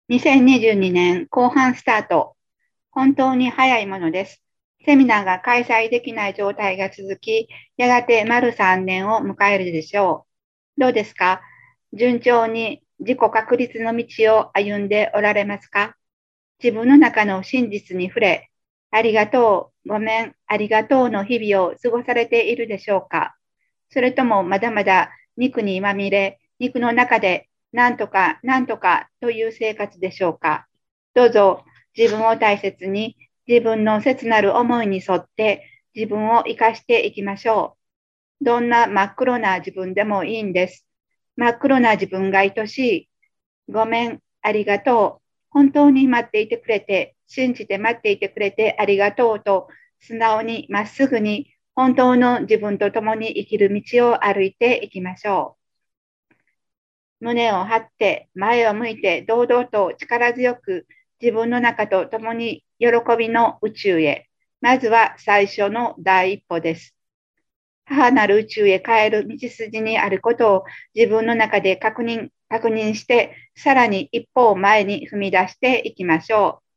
2022年後半スタート。本当に早いものです。セミナーが開催できない状態が続き、やがて丸3年を迎えるでしょう。どうですか？順調に自己確立の道を歩んでおられますか？自分の中の真実に触れ、ありがとう、ごめん、ありがとうの日々を過ごされているでしょうか？それともまだまだ肉にまみれ、肉の中でなんとかなんとかという生活でしょうか？どうぞ自分を大切に、自分の切なる思いに沿って自分を生かしていきましょう。どんな真っ黒な自分でもいいんです。真っ黒な自分が愛しい。ごめん、ありがとう。本当に待っていてくれて、信じて待っていてくれてありがとうと、素直にまっすぐに本当の自分と共に生きる道を歩いていきましょう。胸を張って前を向いて堂々と力強く自分の中と共に喜びの宇宙へ。まずは最初の第一歩です。母なる宇宙へ帰る道筋にあることを自分の中で確認して、さらに一歩を前に踏み出していきましょ